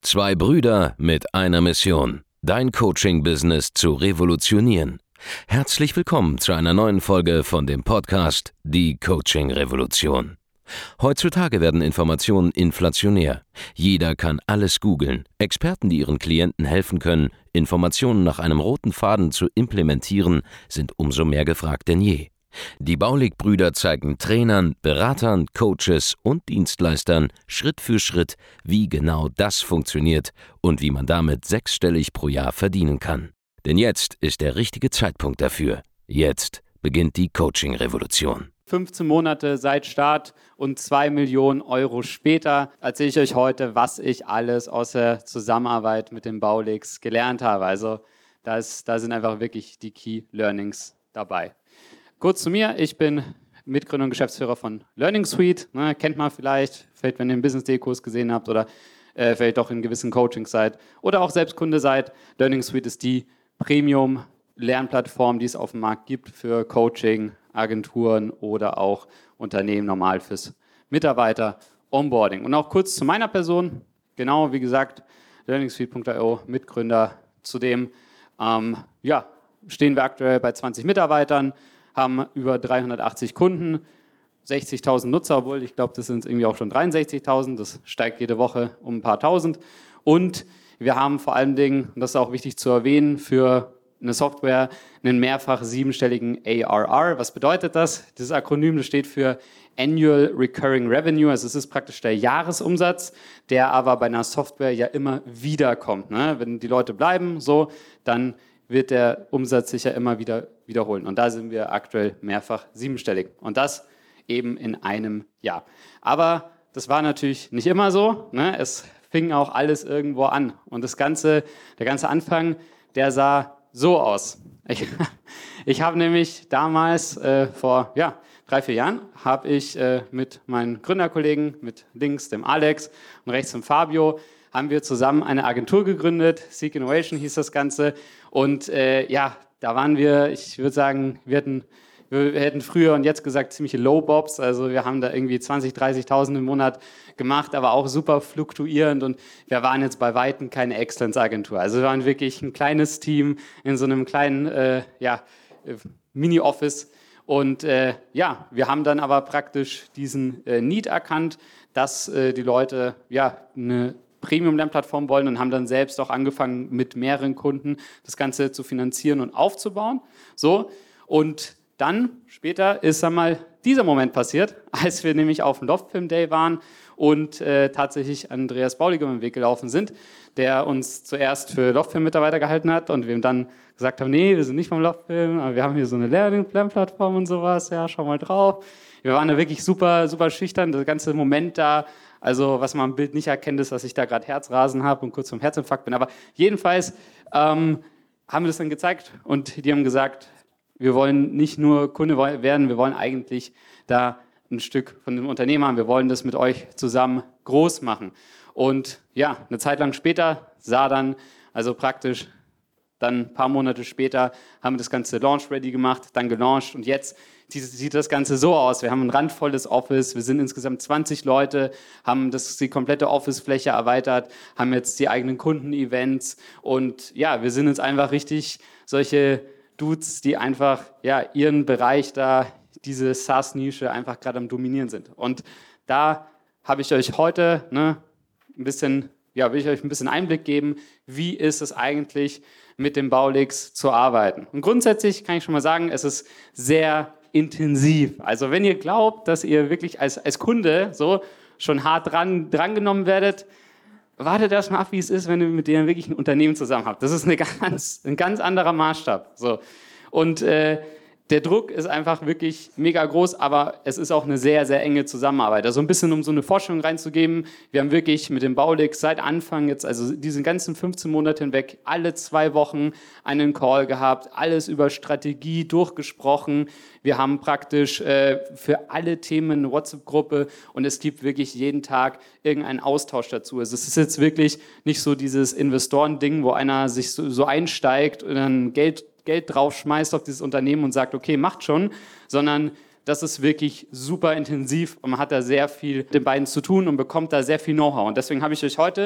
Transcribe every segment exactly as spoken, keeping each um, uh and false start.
Zwei Brüder mit einer Mission, dein Coaching-Business zu revolutionieren. Herzlich willkommen zu einer neuen Folge von dem Podcast Die Coaching-Revolution. Heutzutage werden Informationen inflationär. Jeder kann alles googeln. Experten, die ihren Klienten helfen können, Informationen nach einem roten Faden zu implementieren, sind umso mehr gefragt denn je. Die Baulig-Brüder zeigen Trainern, Beratern, Coaches und Dienstleistern Schritt für Schritt, wie genau das funktioniert und wie man damit sechsstellig pro Jahr verdienen kann. Denn jetzt ist der richtige Zeitpunkt dafür. Jetzt beginnt die Coaching-Revolution. fünfzehn Monate seit Start und zwei Millionen Euro später erzähle ich euch heute, was ich alles aus der Zusammenarbeit mit den Bauligs gelernt habe. Also da, ist, da sind einfach wirklich die Key Learnings dabei. Kurz zu mir, ich bin Mitgründer und Geschäftsführer von Learning Suite. Ne, kennt man vielleicht, vielleicht wenn ihr einen Business-Day-Kurs gesehen habt oder äh, vielleicht auch in gewissen Coachings seid oder auch selbst Kunde seid. Learning Suite ist die Premium-Lernplattform, die es auf dem Markt gibt für Coaching, Agenturen oder auch Unternehmen normal fürs Mitarbeiter-Onboarding. Und auch kurz zu meiner Person, genau wie gesagt, learning suite punkt i o, Mitgründer. Zudem ähm, ja, stehen wir aktuell bei zwanzig Mitarbeitern, haben über dreihundertachtzig Kunden, sechzigtausend Nutzer, obwohl ich glaube, das sind irgendwie auch schon dreiundsechzigtausend, das steigt jede Woche um ein paar Tausend. Und wir haben vor allen Dingen, und das ist auch wichtig zu erwähnen, für eine Software einen mehrfach siebenstelligen A R R. Was bedeutet das? Dieses Akronym, das steht für Annual Recurring Revenue, also es ist praktisch der Jahresumsatz, der aber bei einer Software ja immer wieder kommt. Ne? Wenn die Leute bleiben, so, dann wird der Umsatz sich ja immer wieder wiederholen. Und da sind wir aktuell mehrfach siebenstellig. Und das eben in einem Jahr. Aber das war natürlich nicht immer so. Ne? Es fing auch alles irgendwo an. Und das ganze, der ganze Anfang, der sah so aus. Ich, ich habe nämlich damals, äh, vor ja, drei, vier Jahren, habe ich äh, mit meinen Gründerkollegen, mit links dem Alex und rechts dem Fabio, haben wir zusammen eine Agentur gegründet. Seek Innovation hieß das Ganze. Und äh, ja, da waren wir, ich würde sagen, wir hatten, wir hätten früher und jetzt gesagt ziemliche Low-Bobs. Also wir haben da irgendwie zwanzigtausend, dreißigtausend im Monat gemacht, aber auch super fluktuierend. Und wir waren jetzt bei Weitem keine Excellence-Agentur. Also wir waren wirklich ein kleines Team in so einem kleinen äh, ja, Mini-Office. Und äh, ja, wir haben dann aber praktisch diesen äh, Need erkannt, dass äh, die Leute ja eine Premium-Lernplattform wollen und haben dann selbst auch angefangen, mit mehreren Kunden das Ganze zu finanzieren und aufzubauen. So, und dann später ist einmal dieser Moment passiert, als wir nämlich auf dem Loftfilm Day waren und äh, tatsächlich Andreas Baulig über den Weg gelaufen sind, der uns zuerst für Loftfilm-Mitarbeiter gehalten hat und wir ihm dann gesagt haben, nee, wir sind nicht vom Loftfilm, aber wir haben hier so eine Lernplattform und sowas, ja, schau mal drauf. Wir waren da wirklich super, super schüchtern, der ganze Moment da. Also was man im Bild nicht erkennt, ist, dass ich da gerade Herzrasen habe und kurz vom Herzinfarkt bin. Aber jedenfalls ähm, haben wir das dann gezeigt und die haben gesagt, wir wollen nicht nur Kunde werden, wir wollen eigentlich da ein Stück von dem Unternehmen haben. Wir wollen das mit euch zusammen groß machen. Und ja, eine Zeit lang später sah dann, also praktisch dann ein paar Monate später, haben wir das Ganze launch-ready gemacht, dann gelauncht und jetzt sieht das Ganze so aus. Wir haben ein randvolles Office, wir sind insgesamt zwanzig Leute, haben das, die komplette Office-Fläche erweitert, haben jetzt die eigenen Kunden-Events und ja, wir sind jetzt einfach richtig solche Dudes, die einfach ja, ihren Bereich da, diese SaaS-Nische einfach gerade am Dominieren sind. Und da habe ich euch heute ne, ein bisschen, ja, will ich euch ein bisschen Einblick geben, wie ist es eigentlich mit den Bauligs zu arbeiten. Und grundsätzlich kann ich schon mal sagen, es ist sehr intensiv. Also wenn ihr glaubt, dass ihr wirklich als, als Kunde so schon hart dran, drangenommen werdet, wartet erst mal ab, wie es ist, wenn ihr mit denen wirklich ein Unternehmen zusammen habt. Das ist eine ganz, ein ganz anderer Maßstab. So. Und äh, der Druck ist einfach wirklich mega groß, aber es ist auch eine sehr, sehr enge Zusammenarbeit. Also ein bisschen, um so eine Forschung reinzugeben, wir haben wirklich mit dem Baulig seit Anfang jetzt, also diesen ganzen fünfzehn Monate hinweg, alle zwei Wochen einen Call gehabt, alles über Strategie durchgesprochen. Wir haben praktisch äh, für alle Themen eine WhatsApp-Gruppe und es gibt wirklich jeden Tag irgendeinen Austausch dazu. Also es ist jetzt wirklich nicht so dieses Investoren-Ding, wo einer sich so, so einsteigt und dann Geld Geld draufschmeißt auf dieses Unternehmen und sagt, okay, macht schon, sondern das ist wirklich super intensiv und man hat da sehr viel mit den beiden zu tun und bekommt da sehr viel Know-how. Und deswegen habe ich euch heute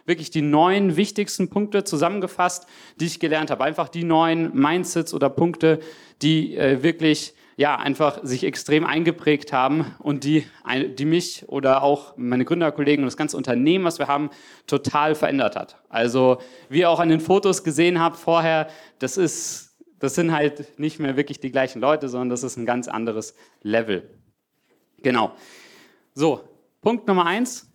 wirklich die neun wichtigsten Punkte zusammengefasst, die ich gelernt habe. Einfach die neun Mindsets oder Punkte, die äh, wirklich ja, einfach sich extrem eingeprägt haben und die, die mich oder auch meine Gründerkollegen und das ganze Unternehmen, was wir haben, total verändert hat. Also wie ihr auch an den Fotos gesehen habt vorher, das ist, das sind halt nicht mehr wirklich die gleichen Leute, sondern das ist ein ganz anderes Level. Genau. So, Punkt Nummer eins,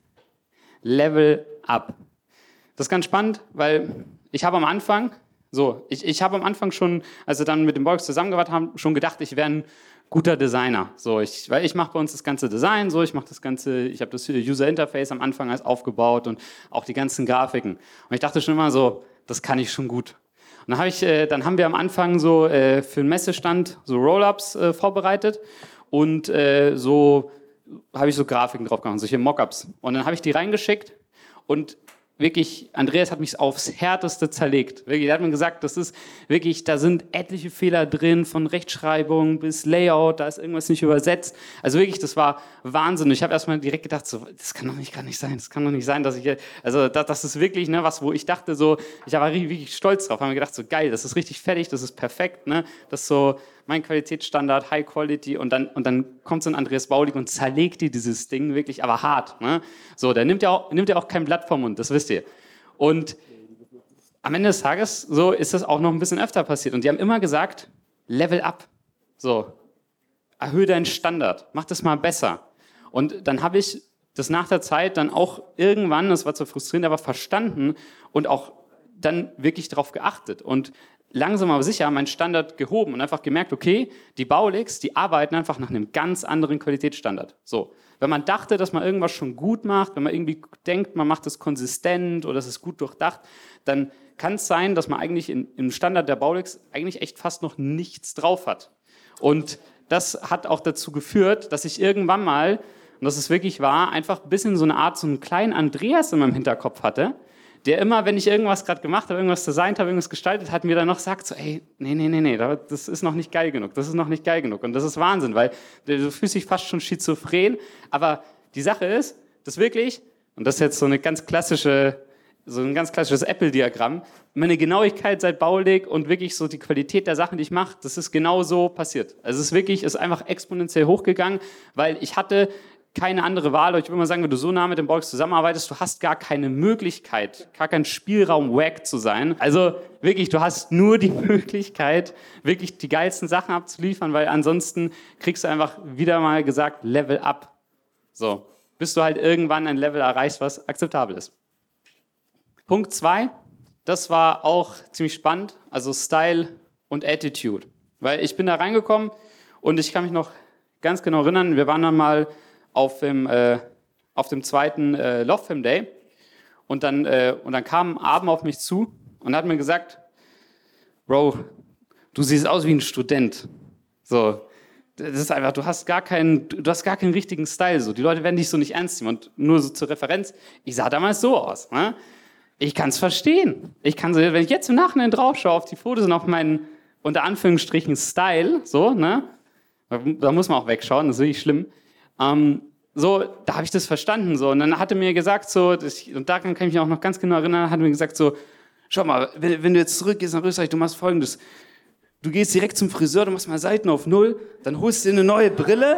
Level up. Das ist ganz spannend, weil ich habe am Anfang So, ich, ich habe am Anfang schon, als wir dann mit dem Bolx zusammengearbeitet haben, schon gedacht, ich wäre ein guter Designer. So, ich, weil ich mache bei uns das ganze Design, so, ich mache das ganze, ich habe das User Interface am Anfang als aufgebaut und auch die ganzen Grafiken. Und ich dachte schon immer so, das kann ich schon gut. Und dann, habe ich, äh, dann haben wir am Anfang so äh, für einen Messestand so Roll-Ups äh, vorbereitet und äh, so habe ich so Grafiken drauf gemacht, solche Mockups. Und dann habe ich die reingeschickt und wirklich, Andreas hat mich aufs Härteste zerlegt. Wirklich, er hat mir gesagt, das ist wirklich, da sind etliche Fehler drin, von Rechtschreibung bis Layout, da ist irgendwas nicht übersetzt. Also wirklich, das war Wahnsinn. Ich habe erstmal direkt gedacht, so, das kann doch nicht, kann nicht sein, das kann doch nicht sein, dass ich, also das, das ist wirklich ne, was, wo ich dachte so, ich war richtig, wirklich stolz drauf, habe mir gedacht, so geil, das ist richtig fertig, das ist perfekt, ne, das ist so mein Qualitätsstandard, High Quality und dann, und dann kommt so ein Andreas Baulig und zerlegt dir dieses Ding wirklich, aber hart. Ne? So, der nimmt ja auch, nimmt ja auch kein Blatt vom Mund, das wisst ihr. Und am Ende des Tages, so ist das auch noch ein bisschen öfter passiert. Und die haben immer gesagt, Level up. So, erhöhe deinen Standard, mach das mal besser. Und dann habe ich das nach der Zeit dann auch irgendwann, das war zwar frustrierend, aber verstanden und auch dann wirklich darauf geachtet. Und langsam aber sicher meinen Standard gehoben und einfach gemerkt, okay, die Bauligs, die arbeiten einfach nach einem ganz anderen Qualitätsstandard. So, wenn man dachte, dass man irgendwas schon gut macht, wenn man irgendwie denkt, man macht es konsistent oder es ist gut durchdacht, dann kann es sein, dass man eigentlich in, im Standard der Bauligs eigentlich echt fast noch nichts drauf hat. Und das hat auch dazu geführt, dass ich irgendwann mal, und das ist wirklich wahr, einfach ein bisschen so eine Art, so einen kleinen Andreas in meinem Hinterkopf hatte, der immer, wenn ich irgendwas gerade gemacht habe, irgendwas designt habe, irgendwas gestaltet hat, mir dann noch sagt so, ey, nee, nee, nee, nee, das ist noch nicht geil genug, das ist noch nicht geil genug. Und das ist Wahnsinn, weil du fühlst dich fast schon schizophren. Aber die Sache ist, dass wirklich, und das ist jetzt so eine ganz klassische, so ein ganz klassisches Apple-Diagramm, meine Genauigkeit seit Baulig und wirklich so die Qualität der Sachen, die ich mache, das ist genau so passiert. Also es ist wirklich, es ist einfach exponentiell hochgegangen, weil ich hatte keine andere Wahl. Ich würde mal sagen, wenn du so nah mit dem Bolx zusammenarbeitest, du hast gar keine Möglichkeit, gar keinen Spielraum, wack zu sein. Also wirklich, du hast nur die Möglichkeit, wirklich die geilsten Sachen abzuliefern, weil ansonsten kriegst du einfach wieder mal gesagt, Level up. So, bis du halt irgendwann ein Level erreichst, was akzeptabel ist. Punkt zwei, das war auch ziemlich spannend, also Style und Attitude. Weil ich bin da reingekommen und ich kann mich noch ganz genau erinnern, wir waren dann mal auf dem, äh, auf dem zweiten äh, Love Film Day und dann, äh, und dann kam ein Abend auf mich zu und hat mir gesagt, Bro, du siehst aus wie ein Student. So, das ist einfach, du hast gar keinen, du hast gar keinen richtigen Style. So, die Leute werden dich so nicht ernst nehmen. Und nur so zur Referenz, ich sah damals so aus. Ne? Ich kann es verstehen. Ich kann so, wenn ich jetzt im Nachhinein drauf schaue auf die Fotos und auf meinen unter Anführungsstrichen Style, so, ne, da muss man auch wegschauen, das ist wirklich schlimm. Ähm, so, da habe ich das verstanden. So. Und dann hat er mir gesagt, so, das, und daran kann ich mich auch noch ganz genau erinnern, hat er mir gesagt, so, schau mal, wenn, wenn du jetzt zurückgehst nach Österreich, du machst Folgendes. Du gehst direkt zum Friseur, du machst mal Seiten auf Null, dann holst du dir eine neue Brille.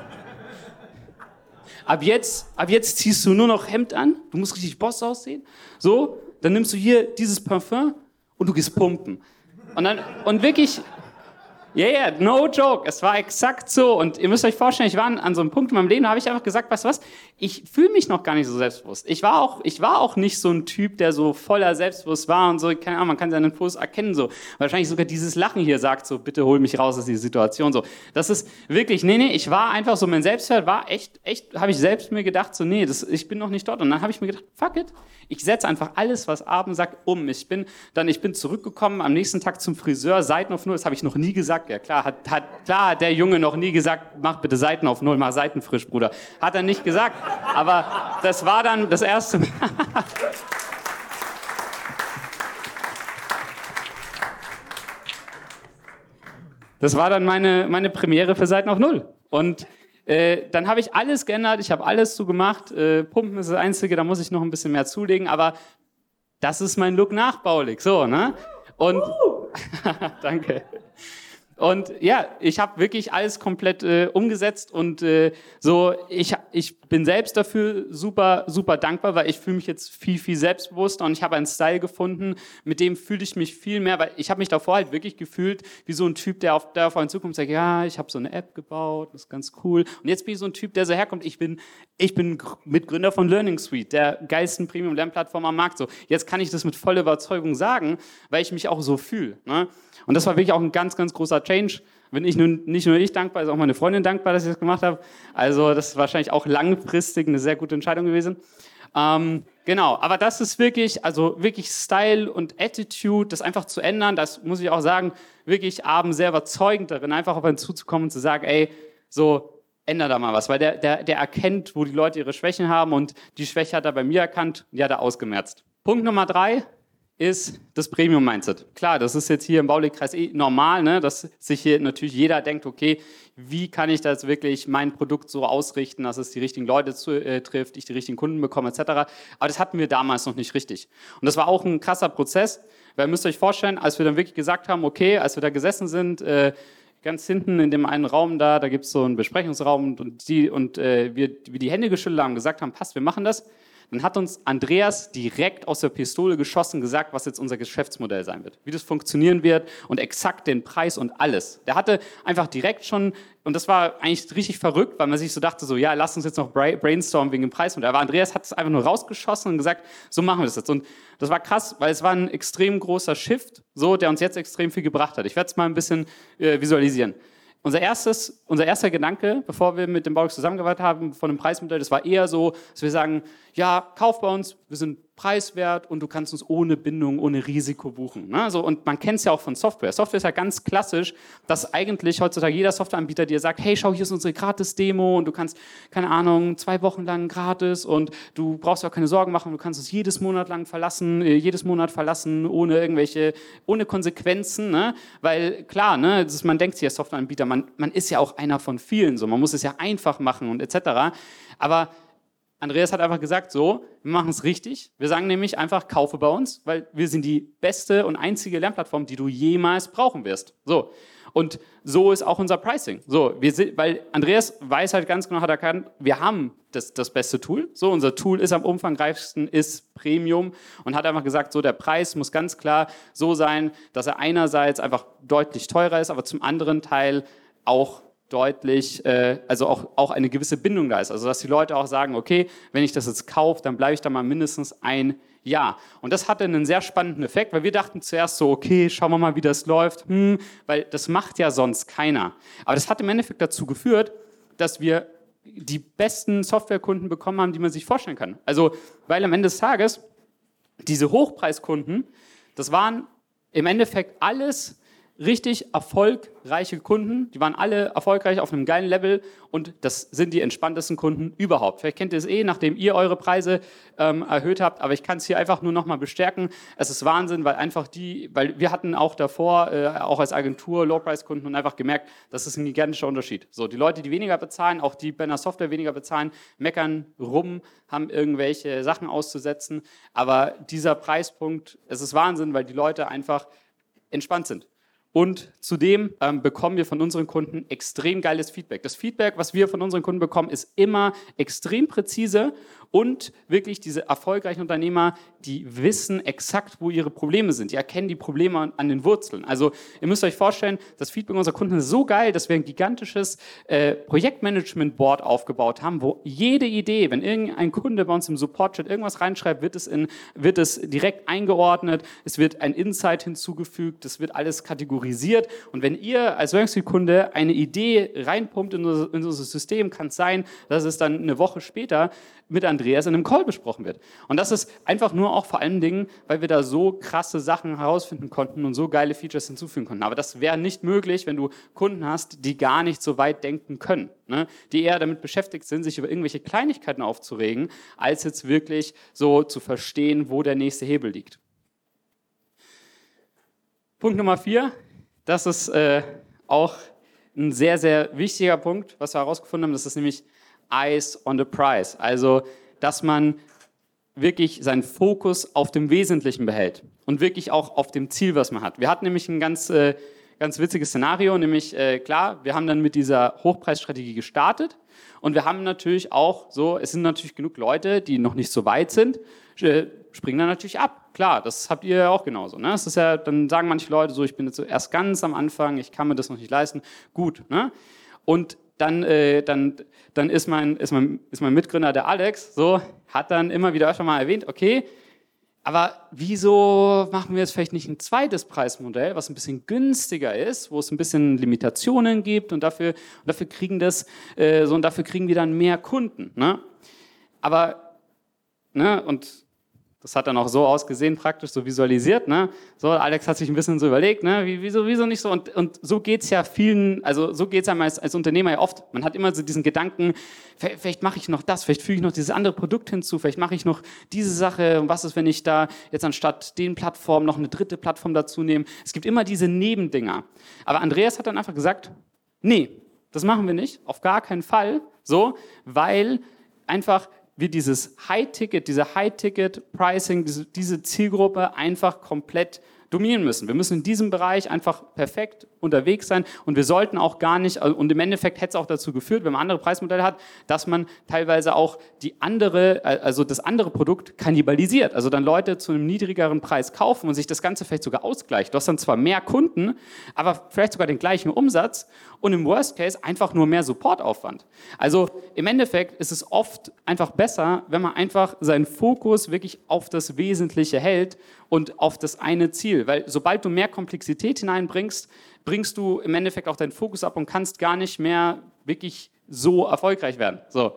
Ab jetzt, ab jetzt ziehst du nur noch Hemd an, du musst richtig Boss aussehen. So, dann nimmst du hier dieses Parfum und du gehst pumpen. Und dann, und wirklich... Ja, yeah, yeah, no joke, es war exakt so und ihr müsst euch vorstellen, ich war an so einem Punkt in meinem Leben, da habe ich einfach gesagt, weißt du was, ich fühle mich noch gar nicht so selbstbewusst. Ich war auch, ich war auch nicht so ein Typ, der so voller Selbstbewusst war und so, keine Ahnung, man kann seinen Fuß erkennen, so. Wahrscheinlich sogar dieses Lachen hier sagt so, bitte hol mich raus aus dieser Situation, so. Das ist wirklich, nee, nee, ich war einfach so, mein Selbstwert war echt, echt, habe ich selbst mir gedacht, so, nee, das, ich bin noch nicht dort und dann habe ich mir gedacht, fuck it, ich setze einfach alles, was Abend sagt, um. Ich bin dann, ich bin zurückgekommen, am nächsten Tag zum Friseur, Seiten auf Null, das habe ich noch nie gesagt. Ja klar, hat, hat klar hat der Junge noch nie gesagt, mach bitte Seiten auf Null, mach Seiten frisch, Bruder. Hat er nicht gesagt, aber das war dann das erste Mal. Das war dann meine, meine Premiere für Seiten auf Null. Und äh, dann habe ich alles geändert, ich habe alles so gemacht. Äh, Pumpen ist das Einzige, da muss ich noch ein bisschen mehr zulegen, aber das ist mein Look nach Baulig. So, ne? Und danke. Und ja, ich habe wirklich alles komplett äh, umgesetzt und äh, so, ich, ich bin selbst dafür super, super dankbar, weil ich fühle mich jetzt viel, viel selbstbewusster und ich habe einen Style gefunden, mit dem fühle ich mich viel mehr, weil ich habe mich davor halt wirklich gefühlt wie so ein Typ, der auf, der auf einen Zukunft sagt, ja, ich habe so eine App gebaut, das ist ganz cool. Und jetzt bin ich so ein Typ, der so herkommt, ich bin, ich bin Mitgründer von Learning Suite, der geilsten Premium-Lernplattform am Markt. So, jetzt kann ich das mit voller Überzeugung sagen, weil ich mich auch so fühle, ne? Und das war wirklich auch ein ganz, ganz großer Change. Bin ich nun, nicht nur ich dankbar, ist auch meine Freundin dankbar, dass ich das gemacht habe. Also das ist wahrscheinlich auch langfristig eine sehr gute Entscheidung gewesen. Ähm, genau, aber das ist wirklich, also wirklich Style und Attitude, das einfach zu ändern, das muss ich auch sagen, wirklich abends sehr überzeugend darin, einfach auf einen zuzukommen und zu sagen, ey, so, änder da mal was, weil der, der, der erkennt, wo die Leute ihre Schwächen haben und die Schwäche hat er bei mir erkannt und die hat er ausgemerzt. Punkt Nummer drei ist das Premium-Mindset. Klar, das ist jetzt hier im Baulig-Kreis eh normal, ne, dass sich hier natürlich jeder denkt, okay, wie kann ich das wirklich, mein Produkt so ausrichten, dass es die richtigen Leute zu, äh, trifft, ich die richtigen Kunden bekomme, et cetera. Aber das hatten wir damals noch nicht richtig. Und das war auch ein krasser Prozess, weil ihr müsst euch vorstellen, als wir dann wirklich gesagt haben, okay, als wir da gesessen sind, äh, ganz hinten in dem einen Raum da, da gibt es so einen Besprechungsraum und, die, und äh, wir, wir die Hände geschüttelt haben, gesagt haben, passt, wir machen das. Dann hat uns Andreas direkt aus der Pistole geschossen gesagt, was jetzt unser Geschäftsmodell sein wird, wie das funktionieren wird und exakt den Preis und alles. Der hatte einfach direkt schon, und das war eigentlich richtig verrückt, weil man sich so dachte, so ja, lass uns jetzt noch brainstormen wegen dem Preismodell. Aber Andreas hat es einfach nur rausgeschossen und gesagt, so machen wir das jetzt. Und das war krass, weil es war ein extrem großer Shift, so, der uns jetzt extrem viel gebracht hat. Ich werde es mal ein bisschen äh, visualisieren. Unser, erstes, unser erster Gedanke, bevor wir mit dem Baulig zusammengearbeitet haben, von dem Preismodell, das war eher so, dass wir sagen, ja, kauf bei uns, wir sind preiswert und du kannst uns ohne Bindung, ohne Risiko buchen. Ne? So, und man kennt es ja auch von Software. Software ist ja ganz klassisch, dass eigentlich heutzutage jeder Softwareanbieter dir sagt, hey, schau, hier ist unsere Gratis-Demo und du kannst, keine Ahnung, zwei Wochen lang gratis und du brauchst auch keine Sorgen machen, du kannst es jedes Monat lang verlassen, äh, jedes Monat verlassen, ohne irgendwelche, ohne Konsequenzen, ne? Weil klar, ne, das ist, man denkt sich als Softwareanbieter, man, man ist ja auch einer von vielen, so, man muss es ja einfach machen und et cetera. Aber Andreas hat einfach gesagt, so, wir machen es richtig. Wir sagen nämlich einfach, kaufe bei uns, weil wir sind die beste und einzige Lernplattform, die du jemals brauchen wirst. So. Und so ist auch unser Pricing. So, wir sind, weil Andreas weiß halt ganz genau, hat erkannt, wir haben das, das beste Tool. So, unser Tool ist am umfangreichsten, ist Premium und hat einfach gesagt, so, der Preis muss ganz klar so sein, dass er einerseits einfach deutlich teurer ist, aber zum anderen Teil auch deutlich, äh, also auch, auch eine gewisse Bindung da ist. Also dass die Leute auch sagen, okay, wenn ich das jetzt kaufe, dann bleibe ich da mal mindestens ein Jahr. Und das hatte einen sehr spannenden Effekt, weil wir dachten zuerst so, okay, schauen wir mal, wie das läuft, hm, weil das macht ja sonst keiner. Aber das hat im Endeffekt dazu geführt, dass wir die besten Softwarekunden bekommen haben, die man sich vorstellen kann. Also, weil am Ende des Tages diese Hochpreiskunden, das waren im Endeffekt alles richtig erfolgreiche Kunden, die waren alle erfolgreich auf einem geilen Level und das sind die entspanntesten Kunden überhaupt. Vielleicht kennt ihr es eh, nachdem ihr eure Preise ähm, erhöht habt, aber ich kann es hier einfach nur nochmal bestärken. Es ist Wahnsinn, weil einfach die, weil wir hatten auch davor, äh, auch als Agentur, Low-Price-Kunden und einfach gemerkt, das ist ein gigantischer Unterschied. So, die Leute, die weniger bezahlen, auch die bei einer Software weniger bezahlen, meckern rum, haben irgendwelche Sachen auszusetzen, aber dieser Preispunkt, es ist Wahnsinn, weil die Leute einfach entspannt sind. Und zudem ähm, bekommen wir von unseren Kunden extrem geiles Feedback. Das Feedback, was wir von unseren Kunden bekommen, ist immer extrem präzise und wirklich diese erfolgreichen Unternehmer, die wissen exakt, wo ihre Probleme sind. Die erkennen die Probleme an, an den Wurzeln. Also ihr müsst euch vorstellen, das Feedback unserer Kunden ist so geil, dass wir ein gigantisches äh, Projektmanagement-Board aufgebaut haben, wo jede Idee, wenn irgendein Kunde bei uns im Support-Chat irgendwas reinschreibt, wird es, in, wird es direkt eingeordnet, es wird ein Insight hinzugefügt, es wird alles kategorisiert. Und wenn ihr als Learning Suite-Kunde eine Idee reinpumpt in unser, in unser System, kann es sein, dass es dann eine Woche später mit Andreas in einem Call besprochen wird. Und das ist einfach nur auch vor allen Dingen, weil wir da so krasse Sachen herausfinden konnten und so geile Features hinzufügen konnten. Aber das wäre nicht möglich, wenn du Kunden hast, die gar nicht so weit denken können, ne? Die eher damit beschäftigt sind, sich über irgendwelche Kleinigkeiten aufzuregen, als jetzt wirklich so zu verstehen, wo der nächste Hebel liegt. Punkt Nummer vier, das ist äh, auch ein sehr, sehr wichtiger Punkt, was wir herausgefunden haben, das ist nämlich Eyes on the Prize. Also, dass man wirklich seinen Fokus auf dem Wesentlichen behält und wirklich auch auf dem Ziel, was man hat. Wir hatten nämlich ein ganz, äh, ganz witziges Szenario, nämlich äh, klar, wir haben dann mit dieser Hochpreisstrategie gestartet und wir haben natürlich auch so, es sind natürlich genug Leute, die noch nicht so weit sind, äh, springen dann natürlich ab. Klar, das habt ihr ja auch genauso. Ne? Das ist ja, dann sagen manche Leute so, ich bin jetzt so erst ganz am Anfang, ich kann mir das noch nicht leisten. Gut, ne? Und dann, äh, dann, dann ist, mein, ist, mein, ist mein Mitgründer, der Alex, so, hat dann immer wieder öfter mal erwähnt, okay, aber wieso machen wir jetzt vielleicht nicht ein zweites Preismodell, was ein bisschen günstiger ist, wo es ein bisschen Limitationen gibt und dafür, und dafür kriegen das, äh, so, und dafür kriegen wir dann mehr Kunden. Ne? Aber, ne, und das hat dann auch so ausgesehen, praktisch so visualisiert. Ne? So, Alex hat sich ein bisschen so überlegt, ne? Wie, wieso, wieso nicht so? Und, und so geht es ja vielen, also so geht es einem als, als Unternehmer ja oft. Man hat immer so diesen Gedanken, vielleicht mache ich noch das, vielleicht füge ich noch dieses andere Produkt hinzu, vielleicht mache ich noch diese Sache. Und was ist, wenn ich da jetzt anstatt den Plattformen noch eine dritte Plattform dazu nehme? Es gibt immer diese Nebendinger. Aber Andreas hat dann einfach gesagt, nee, das machen wir nicht, auf gar keinen Fall, so, weil einfach wir dieses High-Ticket, diese High-Ticket-Pricing, diese, diese Zielgruppe einfach komplett dominieren müssen. Wir müssen in diesem Bereich einfach perfekt unterwegs sein und wir sollten auch gar nicht, und im Endeffekt hätte es auch dazu geführt, wenn man andere Preismodelle hat, dass man teilweise auch die andere, also das andere Produkt kannibalisiert. Also dann Leute zu einem niedrigeren Preis kaufen und sich das Ganze vielleicht sogar ausgleicht. Du hast dann zwar mehr Kunden, aber vielleicht sogar den gleichen Umsatz und im Worst Case einfach nur mehr Supportaufwand. Also im Endeffekt ist es oft einfach besser, wenn man einfach seinen Fokus wirklich auf das Wesentliche hält und auf das eine Ziel. Weil sobald du mehr Komplexität hineinbringst, bringst du im Endeffekt auch deinen Fokus ab und kannst gar nicht mehr wirklich so erfolgreich werden. So.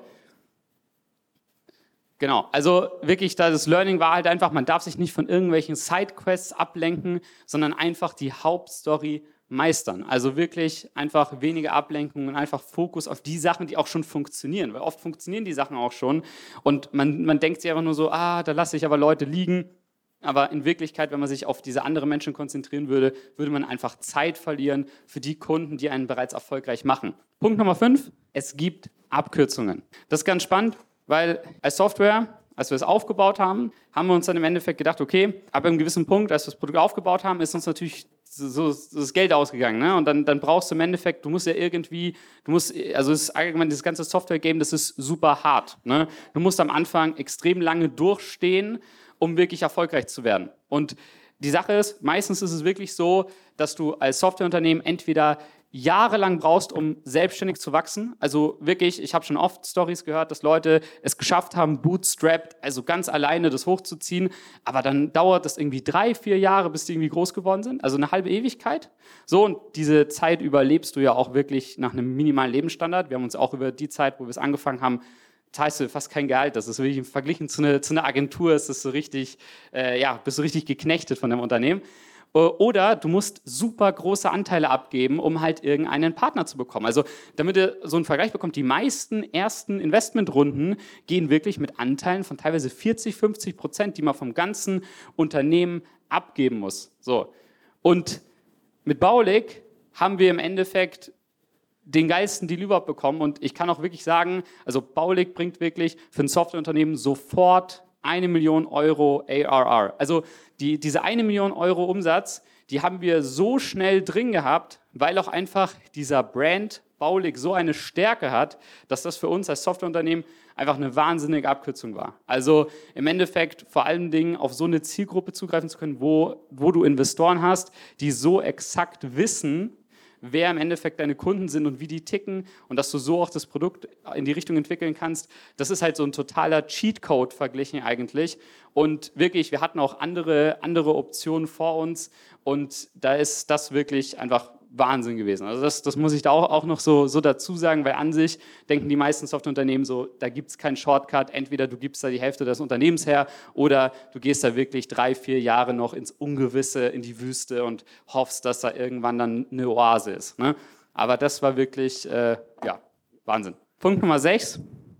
Genau, also wirklich das Learning war halt einfach, man darf sich nicht von irgendwelchen Sidequests ablenken, sondern einfach die Hauptstory meistern. Also wirklich einfach weniger Ablenkung und einfach Fokus auf die Sachen, die auch schon funktionieren. Weil oft funktionieren die Sachen auch schon und man, man denkt sich einfach nur so, ah, da lasse ich aber Leute liegen. Aber in Wirklichkeit, wenn man sich auf diese anderen Menschen konzentrieren würde, würde man einfach Zeit verlieren für die Kunden, die einen bereits erfolgreich machen. Punkt Nummer fünf, es gibt Abkürzungen. Das ist ganz spannend, weil als Software, als wir es aufgebaut haben, haben wir uns dann im Endeffekt gedacht, okay, ab einem gewissen Punkt, als wir das Produkt aufgebaut haben, ist uns natürlich so, so das Geld ausgegangen. Ne? Und dann, dann brauchst du im Endeffekt, du musst ja irgendwie, du musst, also es ist allgemein, dieses ganze Software-Game, das ist super hart. Ne? Du musst am Anfang extrem lange durchstehen, um wirklich erfolgreich zu werden. Und die Sache ist, meistens ist es wirklich so, dass du als Softwareunternehmen entweder jahrelang brauchst, um selbstständig zu wachsen. Also wirklich, ich habe schon oft Stories gehört, dass Leute es geschafft haben, bootstrapped, also ganz alleine das hochzuziehen, aber dann dauert das irgendwie drei, vier Jahre, bis die irgendwie groß geworden sind, also eine halbe Ewigkeit. So, und diese Zeit überlebst du ja auch wirklich nach einem minimalen Lebensstandard. Wir haben uns auch über die Zeit, wo wir es angefangen haben, zahlst du fast kein Gehalt. Das ist wirklich verglichen zu einer, zu einer Agentur, ist das so richtig, äh, ja, bist du richtig geknechtet von dem Unternehmen. Oder du musst super große Anteile abgeben, um halt irgendeinen Partner zu bekommen. Also damit ihr so einen Vergleich bekommt, die meisten ersten Investmentrunden gehen wirklich mit Anteilen von teilweise vierzig, fünfzig Prozent, die man vom ganzen Unternehmen abgeben muss. So. Und mit Baulig haben wir im Endeffekt den geilsten Deal überhaupt bekommen und ich kann auch wirklich sagen, also Baulig bringt wirklich für ein Softwareunternehmen sofort eine Million Euro A R R. Also die, diese eine Million Euro Umsatz, die haben wir so schnell drin gehabt, weil auch einfach dieser Brand Baulig so eine Stärke hat, dass das für uns als Softwareunternehmen einfach eine wahnsinnige Abkürzung war. Also im Endeffekt vor allen Dingen auf so eine Zielgruppe zugreifen zu können, wo, wo du Investoren hast, die so exakt wissen, wer im Endeffekt deine Kunden sind und wie die ticken und dass du so auch das Produkt in die Richtung entwickeln kannst, das ist halt so ein totaler Cheatcode verglichen eigentlich. Und wirklich, wir hatten auch andere, andere Optionen vor uns und da ist das wirklich einfach Wahnsinn gewesen. Also das, das muss ich da auch, auch noch so, so dazu sagen, weil an sich denken die meisten Softwareunternehmen so, da gibt es keinen Shortcut, entweder du gibst da die Hälfte des Unternehmens her oder du gehst da wirklich drei, vier Jahre noch ins Ungewisse, in die Wüste und hoffst, dass da irgendwann dann eine Oase ist. Ne? Aber das war wirklich, äh, ja, Wahnsinn. Punkt Nummer sechs,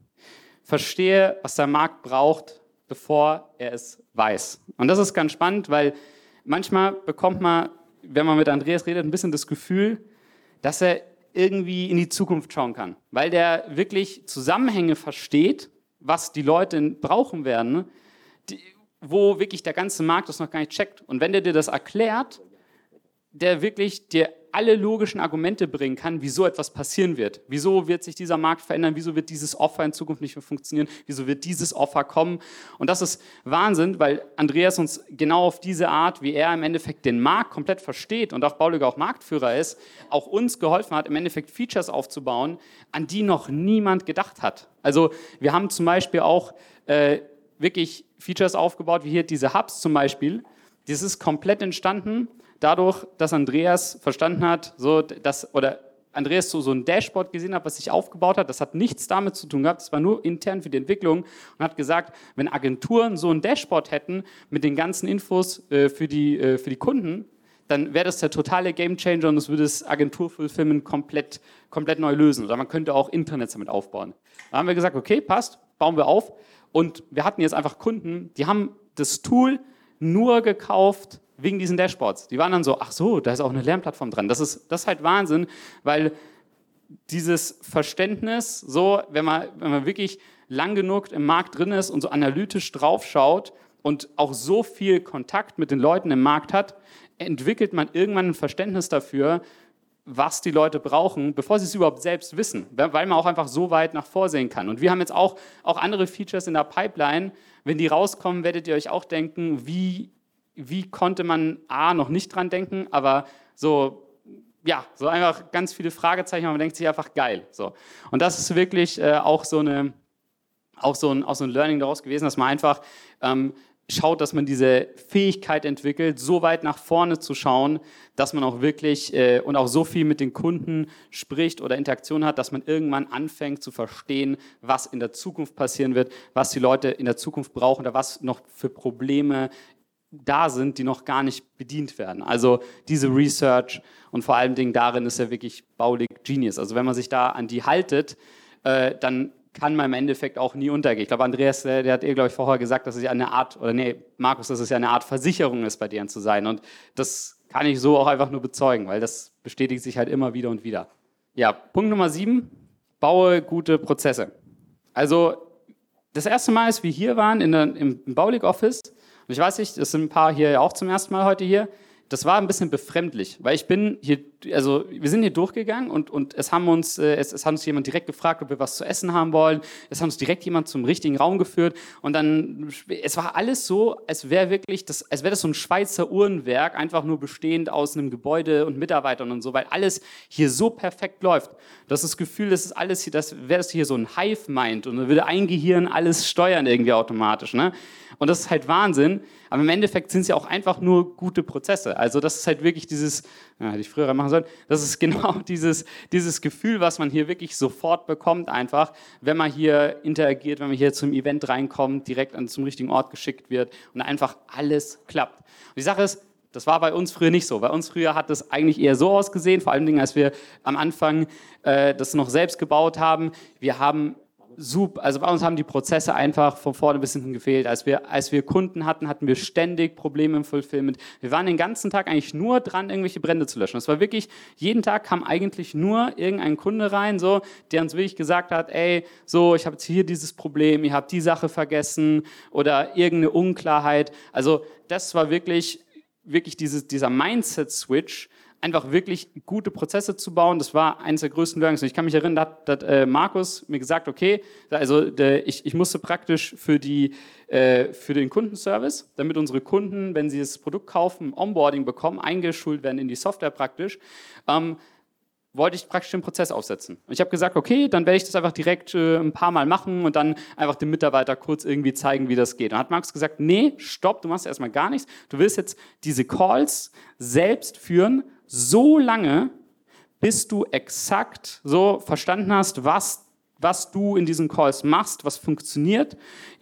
verstehe, was der Markt braucht, bevor er es weiß. Und das ist ganz spannend, weil manchmal bekommt man, wenn man mit Andreas redet, ein bisschen das Gefühl, dass er irgendwie in die Zukunft schauen kann, weil der wirklich Zusammenhänge versteht, was die Leute brauchen werden, die, wo wirklich der ganze Markt das noch gar nicht checkt. Und wenn der dir das erklärt, der wirklich dir alle logischen Argumente bringen kann, wieso etwas passieren wird. Wieso wird sich dieser Markt verändern? Wieso wird dieses Offer in Zukunft nicht mehr funktionieren? Wieso wird dieses Offer kommen? Und das ist Wahnsinn, weil Andreas uns genau auf diese Art, wie er im Endeffekt den Markt komplett versteht und auch Baulig auch Marktführer ist, auch uns geholfen hat, im Endeffekt Features aufzubauen, an die noch niemand gedacht hat. Also wir haben zum Beispiel auch äh, wirklich Features aufgebaut, wie hier diese Hubs zum Beispiel. Das ist komplett entstanden dadurch, dass Andreas verstanden hat, so, dass, oder Andreas so, so ein Dashboard gesehen hat, was sich aufgebaut hat. Das hat nichts damit zu tun gehabt, das war nur intern für die Entwicklung und hat gesagt, wenn Agenturen so ein Dashboard hätten mit den ganzen Infos äh, für, die, äh, für die Kunden, dann wäre das der totale Gamechanger und es würde das Agenturfilmen komplett, komplett neu lösen. Oder man könnte auch Internets damit aufbauen. Da haben wir gesagt, okay, passt, bauen wir auf. Und wir hatten jetzt einfach Kunden, die haben das Tool nur gekauft wegen diesen Dashboards. Die waren dann so, ach so, da ist auch eine Lernplattform dran. Das ist, das ist halt Wahnsinn, weil dieses Verständnis, so, wenn man, wenn man wirklich lang genug im Markt drin ist und so analytisch draufschaut und auch so viel Kontakt mit den Leuten im Markt hat, entwickelt man irgendwann ein Verständnis dafür, was die Leute brauchen, bevor sie es überhaupt selbst wissen, weil man auch einfach so weit nach vorsehen kann. Und wir haben jetzt auch, auch andere Features in der Pipeline. Wenn die rauskommen, werdet ihr euch auch denken, wie, wie konnte man A, noch nicht dran denken, aber so, ja, so einfach ganz viele Fragezeichen, aber man denkt sich einfach geil. So. Und das ist wirklich äh, auch, so eine, auch, so ein, auch so ein Learning daraus gewesen, dass man einfach ähm, schaut, dass man diese Fähigkeit entwickelt, so weit nach vorne zu schauen, dass man auch wirklich äh, und auch so viel mit den Kunden spricht oder Interaktion hat, dass man irgendwann anfängt zu verstehen, was in der Zukunft passieren wird, was die Leute in der Zukunft brauchen oder was noch für Probleme da sind, die noch gar nicht bedient werden. Also diese Research und vor allen Dingen darin ist er wirklich Baulig Genius. Also wenn man sich da an die haltet, äh, dann kann man im Endeffekt auch nie untergehen. Ich glaube, Andreas, der hat eh, glaube ich, vorher gesagt, dass es ja eine Art, oder nee, Markus, dass es ja eine Art Versicherung ist, bei denen zu sein. Und das kann ich so auch einfach nur bezeugen, weil das bestätigt sich halt immer wieder und wieder. Ja, Punkt Nummer sieben, baue gute Prozesse. Also das erste Mal, als wir hier waren in der, im, im Baulig Office, und ich weiß nicht, es sind ein paar hier auch zum ersten Mal heute hier, das war ein bisschen befremdlich, weil ich bin hier, also wir sind hier durchgegangen und, und es haben uns, äh, es, es hat uns jemand direkt gefragt, ob wir was zu essen haben wollen. Es hat uns direkt jemand zum richtigen Raum geführt und dann, es war alles so, als wäre wirklich, das, als wäre das so ein Schweizer Uhrenwerk, einfach nur bestehend aus einem Gebäude und Mitarbeitern und so, weil alles hier so perfekt läuft. Das ist das Gefühl, das ist alles hier, das wäre das hier so ein Hive-Mind und dann würde ein Gehirn alles steuern irgendwie automatisch, ne? Und das ist halt Wahnsinn. Aber im Endeffekt sind es ja auch einfach nur gute Prozesse. Also das ist halt wirklich dieses, ja, hätte ich früher machen sollen, das ist genau dieses, dieses Gefühl, was man hier wirklich sofort bekommt einfach, wenn man hier interagiert, wenn man hier zum Event reinkommt, direkt an, zum richtigen Ort geschickt wird und einfach alles klappt. Und die Sache ist, das war bei uns früher nicht so. Bei uns früher hat es eigentlich eher so ausgesehen, vor allen Dingen, als wir am Anfang äh, das noch selbst gebaut haben. Wir haben Super, also bei uns haben die Prozesse einfach von vorne bis hinten gefehlt. Als wir, als wir Kunden hatten, hatten wir ständig Probleme im Fulfillment. Wir waren den ganzen Tag eigentlich nur dran, irgendwelche Brände zu löschen. Das war wirklich, jeden Tag kam eigentlich nur irgendein Kunde rein, so, der uns wirklich gesagt hat, ey, so, ich habe jetzt hier dieses Problem, ihr habt die Sache vergessen oder irgendeine Unklarheit. Also das war wirklich, wirklich dieses, dieser Mindset-Switch, einfach wirklich gute Prozesse zu bauen, das war eines der größten Learnings. Und ich kann mich erinnern, da hat, da hat äh, Markus mir gesagt, okay, also der, ich, ich musste praktisch für, die, äh, für den Kundenservice, damit unsere Kunden, wenn sie das Produkt kaufen, Onboarding bekommen, eingeschult werden in die Software praktisch, ähm, wollte ich praktisch den Prozess aufsetzen. Und ich habe gesagt, okay, dann werde ich das einfach direkt äh, ein paar Mal machen und dann einfach dem Mitarbeiter kurz irgendwie zeigen, wie das geht. Und dann hat Markus gesagt, nee, stopp, du machst erstmal gar nichts. Du willst jetzt diese Calls selbst führen, so lange, bis du exakt so verstanden hast, was, was du in diesen Calls machst, was funktioniert,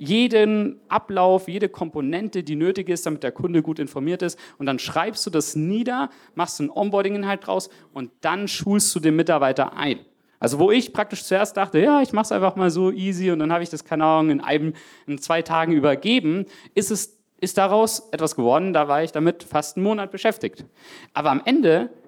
jeden Ablauf, jede Komponente, die nötig ist, damit der Kunde gut informiert ist. Und dann schreibst du das nieder, machst einen Onboarding-Inhalt draus und dann schulst du den Mitarbeiter ein. Also wo ich praktisch zuerst dachte, ja, ich mache es einfach mal so easy und dann habe ich das, keine Ahnung, in, einem, in zwei Tagen übergeben, ist es ist daraus etwas geworden, da war ich damit fast einen Monat beschäftigt. Aber am Ende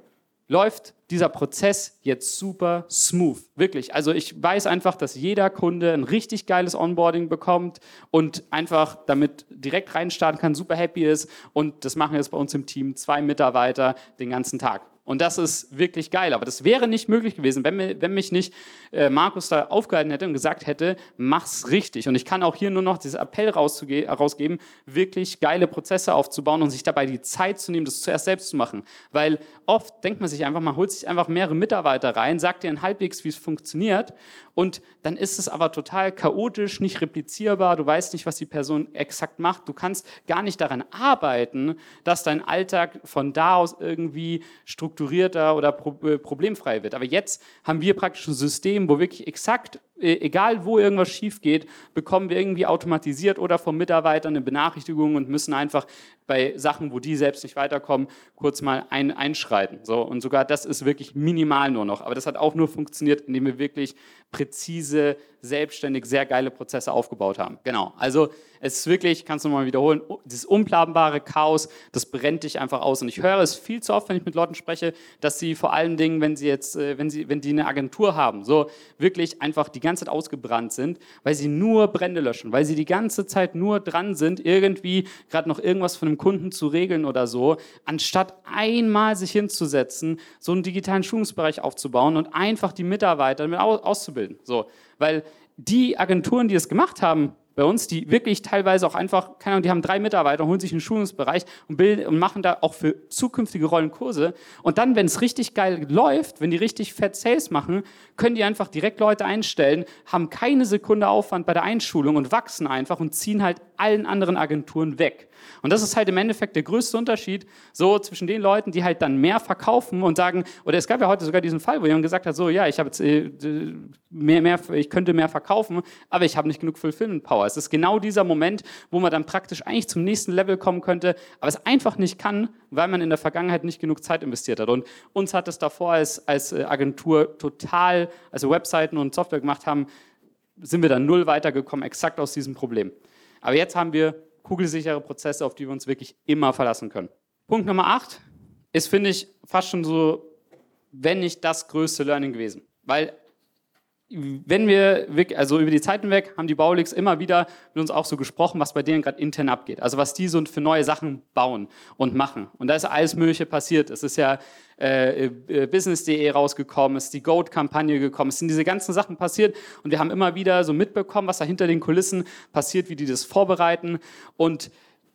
läuft dieser Prozess jetzt super smooth, wirklich. Also ich weiß einfach, dass jeder Kunde ein richtig geiles Onboarding bekommt und einfach damit direkt reinstarten kann, super happy ist und das machen jetzt bei uns im Team zwei Mitarbeiter den ganzen Tag. Und das ist wirklich geil. Aber das wäre nicht möglich gewesen, wenn, mir, wenn mich nicht äh, Markus da aufgehalten hätte und gesagt hätte, mach's richtig. Und ich kann auch hier nur noch diesen Appell rausgeben, wirklich geile Prozesse aufzubauen und sich dabei die Zeit zu nehmen, das zuerst selbst zu machen. Weil oft denkt man sich einfach, man holt sich einfach mehrere Mitarbeiter rein, sagt denen halbwegs, wie es funktioniert und dann ist es aber total chaotisch, nicht replizierbar, du weißt nicht, was die Person exakt macht, du kannst gar nicht daran arbeiten, dass dein Alltag von da aus irgendwie strukturierter oder pro- problemfrei wird. Aber jetzt haben wir praktisch ein System, wo wirklich exakt, egal wo irgendwas schief geht, bekommen wir irgendwie automatisiert oder vom Mitarbeiter eine Benachrichtigung und müssen einfach bei Sachen, wo die selbst nicht weiterkommen, kurz mal ein, einschreiten. So, und sogar das ist wirklich minimal nur noch. Aber das hat auch nur funktioniert, indem wir wirklich präzise, selbstständig, sehr geile Prozesse aufgebaut haben. Genau, also es ist wirklich, kannst du nochmal wiederholen, dieses unplanbare Chaos, das brennt dich einfach aus. Und ich höre es viel zu oft, wenn ich mit Leuten spreche, dass sie vor allen Dingen, wenn sie jetzt, wenn sie, wenn die eine Agentur haben, so wirklich einfach die ganze Zeit ausgebrannt sind, weil sie nur Brände löschen, weil sie die ganze Zeit nur dran sind, irgendwie gerade noch irgendwas von einem Kunden zu regeln oder so, anstatt einmal sich hinzusetzen, so einen digitalen Schulungsbereich aufzubauen und einfach die Mitarbeiter damit auszubilden. So, weil die Agenturen, die es gemacht haben, bei uns, die wirklich teilweise auch einfach, keine Ahnung, die haben drei Mitarbeiter, holen sich einen Schulungsbereich und, bilden, und machen da auch für zukünftige Rollen Kurse. Und dann, wenn es richtig geil läuft, wenn die richtig fett Sales machen, können die einfach direkt Leute einstellen, haben keine Sekunde Aufwand bei der Einschulung und wachsen einfach und ziehen halt allen anderen Agenturen weg. Und das ist halt im Endeffekt der größte Unterschied so zwischen den Leuten, die halt dann mehr verkaufen und sagen, oder es gab ja heute sogar diesen Fall, wo jemand gesagt hat, so ja, ich habe jetzt äh, mehr, mehr, ich könnte mehr verkaufen, aber ich habe nicht genug Fulfillment Power. Es ist genau dieser Moment, wo man dann praktisch eigentlich zum nächsten Level kommen könnte, aber es einfach nicht kann, weil man in der Vergangenheit nicht genug Zeit investiert hat. Und uns hat es davor als, als Agentur total, also Webseiten und Software gemacht haben, sind wir dann null weitergekommen, exakt aus diesem Problem. Aber jetzt haben wir kugelsichere Prozesse, auf die wir uns wirklich immer verlassen können. Punkt Nummer acht ist, finde ich, fast schon so, wenn nicht das größte Learning gewesen. Weil wenn wir, wirklich, also über die Zeit hinweg, haben die Baulegs immer wieder mit uns auch so gesprochen, was bei denen gerade intern abgeht. Also was die so für neue Sachen bauen und machen. Und da ist alles Mögliche passiert. Es ist ja äh, Business punkt de rausgekommen, es ist die Goat-Kampagne gekommen, es sind diese ganzen Sachen passiert und wir haben immer wieder so mitbekommen, was da hinter den Kulissen passiert, wie die das vorbereiten und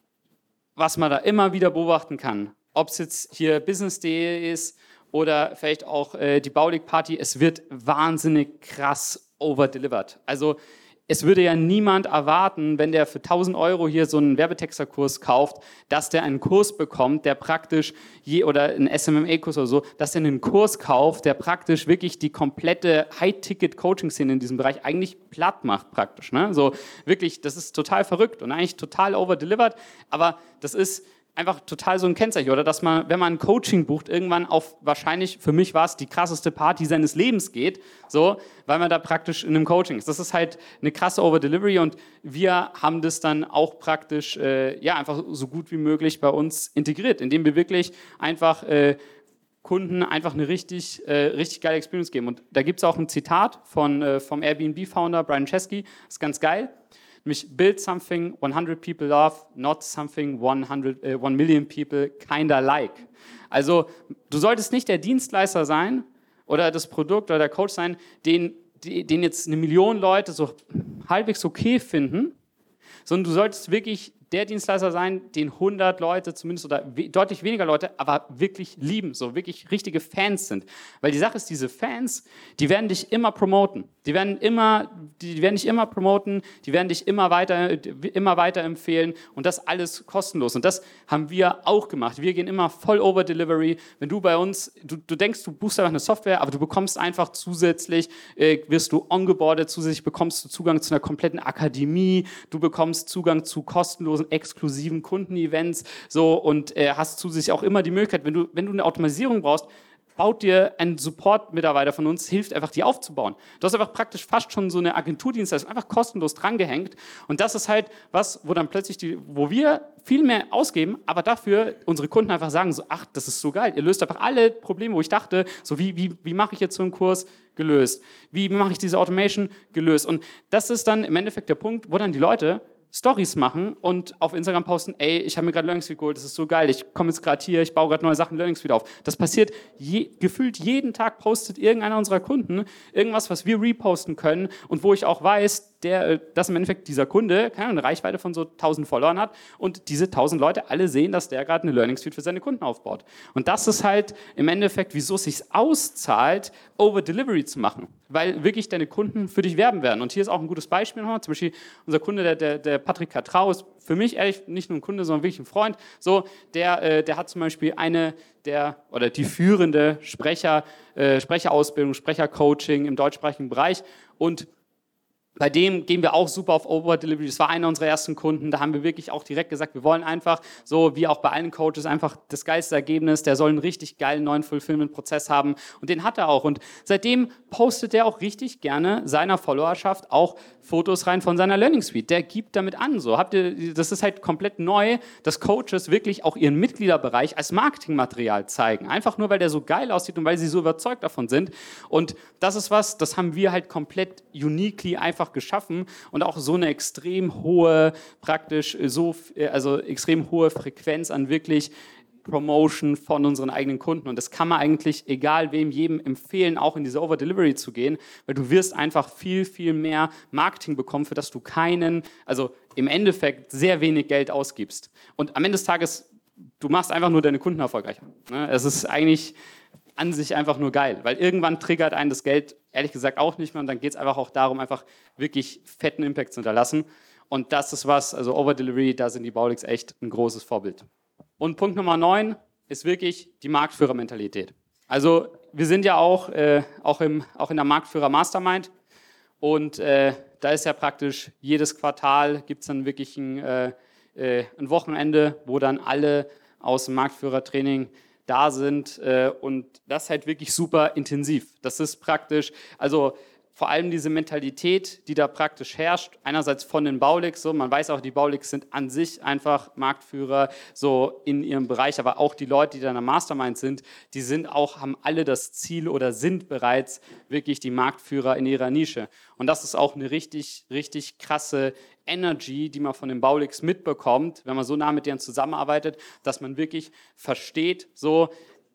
was man da immer wieder beobachten kann. Ob es jetzt hier Business punkt de ist, oder vielleicht auch äh, die Baulig-Party, es wird wahnsinnig krass overdelivered. Also es würde ja niemand erwarten, wenn der für tausend Euro hier so einen Werbetexterkurs kauft, dass der einen Kurs bekommt, der praktisch, je oder einen S M M A-Kurs oder so, dass der einen Kurs kauft, der praktisch wirklich die komplette High-Ticket-Coaching-Szene in diesem Bereich eigentlich platt macht praktisch. Ne? So wirklich, das ist total verrückt und eigentlich total overdelivered, aber das ist einfach total so ein Kennzeichen, oder dass man, wenn man ein Coaching bucht, irgendwann auf wahrscheinlich, für mich war es die krasseste Party seines Lebens geht, so, weil man da praktisch in einem Coaching ist. Das ist halt eine krasse Overdelivery und wir haben das dann auch praktisch, äh, ja, einfach so gut wie möglich bei uns integriert, indem wir wirklich einfach äh, Kunden einfach eine richtig, äh, richtig geile Experience geben. Und da gibt es auch ein Zitat von, äh, vom Airbnb-Founder Brian Chesky, das ist ganz geil. Nämlich, build something one hundred people love, not something one hundred, uh, one million people kinda like. Also du solltest nicht der Dienstleister sein oder das Produkt oder der Coach sein, den, den jetzt eine Million Leute so halbwegs okay finden, sondern du solltest wirklich der Dienstleister sein, den hundert Leute zumindest oder we- deutlich weniger Leute, aber wirklich lieben, so wirklich richtige Fans sind. Weil die Sache ist, diese Fans, die werden dich immer promoten. Die werden immer, die werden dich immer promoten, die werden dich immer weiter, immer weiter empfehlen und das alles kostenlos. Und das haben wir auch gemacht. Wir gehen immer voll over Delivery. Wenn du bei uns, du, du denkst, du buchst einfach eine Software, aber du bekommst einfach zusätzlich, äh, wirst du ongeboardet, zusätzlich bekommst du Zugang zu einer kompletten Akademie, du bekommst Zugang zu kostenlosen, exklusiven Kundenevents, so und äh, hast zusätzlich auch immer die Möglichkeit, wenn du, wenn du eine Automatisierung brauchst, baut dir ein Support-Mitarbeiter von uns, hilft einfach, die aufzubauen. Du hast einfach praktisch fast schon so eine Agenturdienstleistung einfach kostenlos drangehängt. Und das ist halt was, wo dann plötzlich die, wo wir viel mehr ausgeben, aber dafür unsere Kunden einfach sagen so, ach, das ist so geil. Ihr löst einfach alle Probleme, wo ich dachte, so wie, wie, wie mache ich jetzt so einen Kurs? Gelöst. Wie mache ich diese Automation? Gelöst. Und das ist dann im Endeffekt der Punkt, wo dann die Leute Stories machen und auf Instagram posten, ey, ich habe mir gerade Learning Suite geholt, das ist so geil, ich komme jetzt gerade hier, ich baue gerade neue Sachen Learning Suite auf. Das passiert je, gefühlt jeden Tag, postet irgendeiner unserer Kunden irgendwas, was wir reposten können und wo ich auch weiß, der, dass im Endeffekt dieser Kunde keine Ahnung, eine Reichweite von so tausend Followern hat und diese tausend Leute alle sehen, dass der gerade eine Learning Suite für seine Kunden aufbaut. Und das ist halt im Endeffekt, wieso es sich auszahlt, Over-Delivery zu machen, weil wirklich deine Kunden für dich werben werden. Und hier ist auch ein gutes Beispiel nochmal, zum Beispiel unser Kunde, der, der, der Patrick Katrau, ist für mich ehrlich nicht nur ein Kunde, sondern wirklich ein Freund. So, der, äh, der hat zum Beispiel eine der oder die führende Sprecher, äh, Sprecherausbildung, Sprechercoaching im deutschsprachigen Bereich und bei dem gehen wir auch super auf Over-Delivery. Das war einer unserer ersten Kunden. Da haben wir wirklich auch direkt gesagt, wir wollen einfach, so wie auch bei allen Coaches, einfach das geilste Ergebnis. Der soll einen richtig geilen neuen Fulfillment-Prozess haben. Und den hat er auch. Und seitdem postet er auch richtig gerne seiner Followerschaft auch Fotos rein von seiner Learning Suite. Der gibt damit an. So habt ihr, das ist halt komplett neu, dass Coaches wirklich auch ihren Mitgliederbereich als Marketingmaterial zeigen. Einfach nur, weil der so geil aussieht und weil sie so überzeugt davon sind. Und das ist was, das haben wir halt komplett uniquely einfach geschaffen und auch so eine extrem hohe, praktisch so, also extrem hohe Frequenz an wirklich Promotion von unseren eigenen Kunden. Und das kann man eigentlich, egal wem, jedem empfehlen, auch in diese Over-Delivery zu gehen, weil du wirst einfach viel, viel mehr Marketing bekommen, für das du keinen, also im Endeffekt sehr wenig Geld ausgibst. Und am Ende des Tages, du machst einfach nur deine Kunden erfolgreicher. Es ist eigentlich an sich einfach nur geil, weil irgendwann triggert einen das Geld ehrlich gesagt auch nicht mehr und dann geht es einfach auch darum, einfach wirklich fetten Impact zu hinterlassen und das ist was, also Over-Delivery, da sind die Baulix echt ein großes Vorbild. Und Punkt Nummer neun ist wirklich die Marktführer-Mentalität. Also wir sind ja auch, äh, auch, im, auch in der Marktführer-Mastermind und äh, da ist ja praktisch jedes Quartal gibt es dann wirklich ein, äh, äh, ein Wochenende, wo dann alle aus dem Marktführertraining da sind äh, und das ist halt wirklich super intensiv. Das ist praktisch, also vor allem diese Mentalität, die da praktisch herrscht, einerseits von den Baulix, so, man weiß auch, die Baulix sind an sich einfach Marktführer so in ihrem Bereich, aber auch die Leute, die da in der Mastermind sind, die sind auch, haben alle das Ziel oder sind bereits wirklich die Marktführer in ihrer Nische. Und das ist auch eine richtig, richtig krasse Energy, die man von den Baulix mitbekommt, wenn man so nah mit denen zusammenarbeitet, dass man wirklich versteht, so,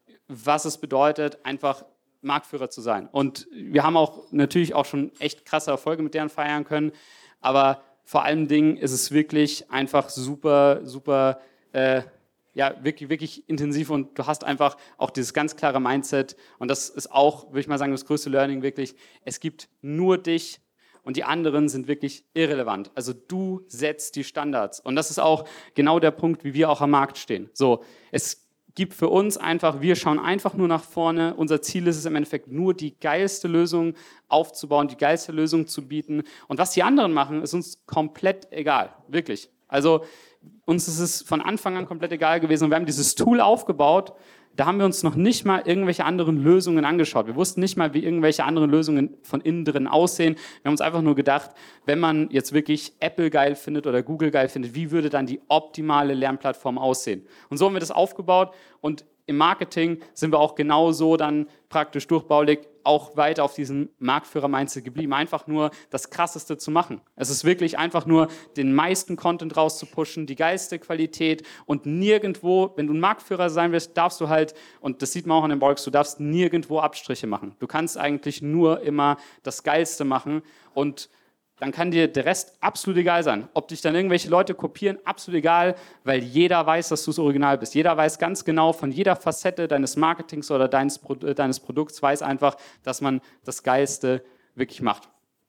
was es bedeutet, einfach Marktführer zu sein. Und wir haben auch natürlich auch schon echt krasse Erfolge mit deren feiern können, aber vor allen Dingen ist es wirklich einfach super, super, äh, ja, wirklich, wirklich intensiv und du hast einfach auch dieses ganz klare Mindset und das ist auch, würde ich mal sagen, das größte Learning wirklich, es gibt nur dich und die anderen sind wirklich irrelevant. Also du setzt die Standards und das ist auch genau der Punkt, wie wir auch am Markt stehen. So, es gibt für uns einfach, wir schauen einfach nur nach vorne. Unser Ziel ist es im Endeffekt nur, die geilste Lösung aufzubauen, die geilste Lösung zu bieten. Und was die anderen machen, ist uns komplett egal, wirklich. Also uns ist es von Anfang an komplett egal gewesen. Und wir haben dieses Tool aufgebaut, da haben wir uns noch nicht mal irgendwelche anderen Lösungen angeschaut. Wir wussten nicht mal, wie irgendwelche anderen Lösungen von innen drin aussehen. Wir haben uns einfach nur gedacht, wenn man jetzt wirklich Apple geil findet oder Google geil findet, wie würde dann die optimale Lernplattform aussehen? Und so haben wir das aufgebaut und im Marketing sind wir auch genauso dann praktisch durch Baulix auch weiter auf diesem Marktführer-Mindset geblieben. Einfach nur das Krasseste zu machen. Es ist wirklich einfach nur den meisten Content rauszupushen, die geilste Qualität und nirgendwo, wenn du ein Marktführer sein willst, darfst du halt, und das sieht man auch an den Baulix, du darfst nirgendwo Abstriche machen. Du kannst eigentlich nur immer das Geilste machen und dann kann dir der Rest absolut egal sein. Ob dich dann irgendwelche Leute kopieren, absolut egal, weil jeder weiß, dass du das Original bist. Jeder weiß ganz genau von jeder Facette deines Marketings oder deines, deines Produkts, weiß einfach, dass man das Geilste wirklich macht.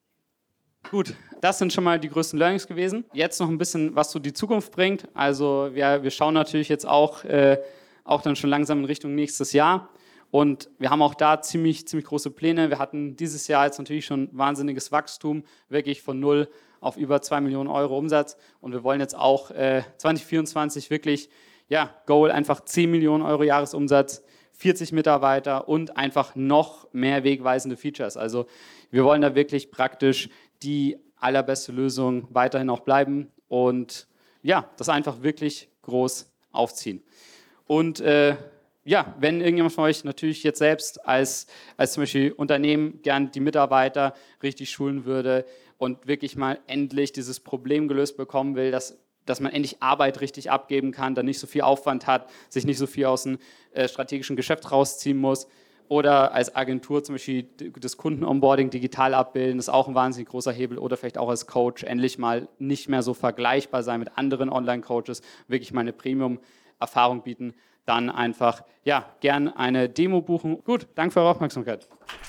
Gut, das sind schon mal die größten Learnings gewesen. Jetzt noch ein bisschen, was so die Zukunft bringt. Also wir, wir schauen natürlich jetzt auch, äh, auch dann schon langsam in Richtung nächstes Jahr. Und wir haben auch da ziemlich, ziemlich große Pläne. Wir hatten dieses Jahr jetzt natürlich schon wahnsinniges Wachstum, wirklich von null auf über zwei Millionen Euro Umsatz. Und wir wollen jetzt auch äh, zwanzig vierundzwanzig wirklich, ja, Goal einfach zehn Millionen Euro Jahresumsatz vierzig Mitarbeiter und einfach noch mehr wegweisende Features. Also wir wollen da wirklich praktisch die allerbeste Lösung weiterhin auch bleiben und ja, das einfach wirklich groß aufziehen. Und äh, ja, wenn irgendjemand von euch natürlich jetzt selbst als, als zum Beispiel Unternehmen gern die Mitarbeiter richtig schulen würde und wirklich mal endlich dieses Problem gelöst bekommen will, dass, dass man endlich Arbeit richtig abgeben kann, dann nicht so viel Aufwand hat, sich nicht so viel aus dem äh, strategischen Geschäft rausziehen muss, oder als Agentur zum Beispiel das Kunden-Onboarding digital abbilden, das ist auch ein wahnsinnig großer Hebel, oder vielleicht auch als Coach endlich mal nicht mehr so vergleichbar sein mit anderen Online-Coaches, wirklich mal eine Premium-Erfahrung bieten, dann einfach, ja, gern eine Demo buchen. Gut, danke für eure Aufmerksamkeit.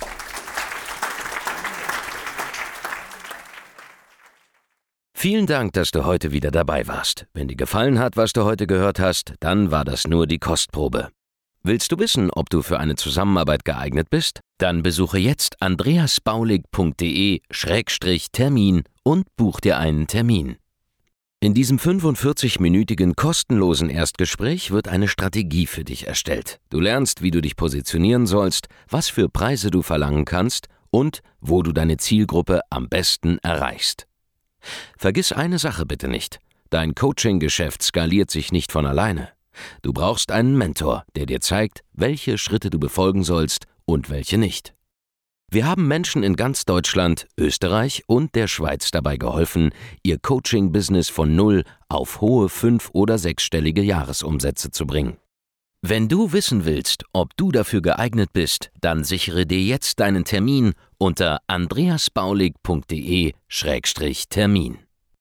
Vielen Dank, dass du heute wieder dabei warst. Wenn dir gefallen hat, was du heute gehört hast, dann war das nur die Kostprobe. Willst du wissen, ob du für eine Zusammenarbeit geeignet bist? Dann besuche jetzt andreasbaulig punkt de Schrägstrich Termin und buch dir einen Termin. In diesem fünfundvierzig-minütigen kostenlosen Erstgespräch wird eine Strategie für dich erstellt. Du lernst, wie du dich positionieren sollst, was für Preise du verlangen kannst und wo du deine Zielgruppe am besten erreichst. Vergiss eine Sache bitte nicht: Dein Coaching-Geschäft skaliert sich nicht von alleine. Du brauchst einen Mentor, der dir zeigt, welche Schritte du befolgen sollst und welche nicht. Wir haben Menschen in ganz Deutschland, Österreich und der Schweiz dabei geholfen, ihr Coaching-Business von null auf hohe fünf- oder sechsstellige Jahresumsätze zu bringen. Wenn du wissen willst, ob du dafür geeignet bist, dann sichere dir jetzt deinen Termin unter andreasbaulig punkt de Schrägstrich Termin.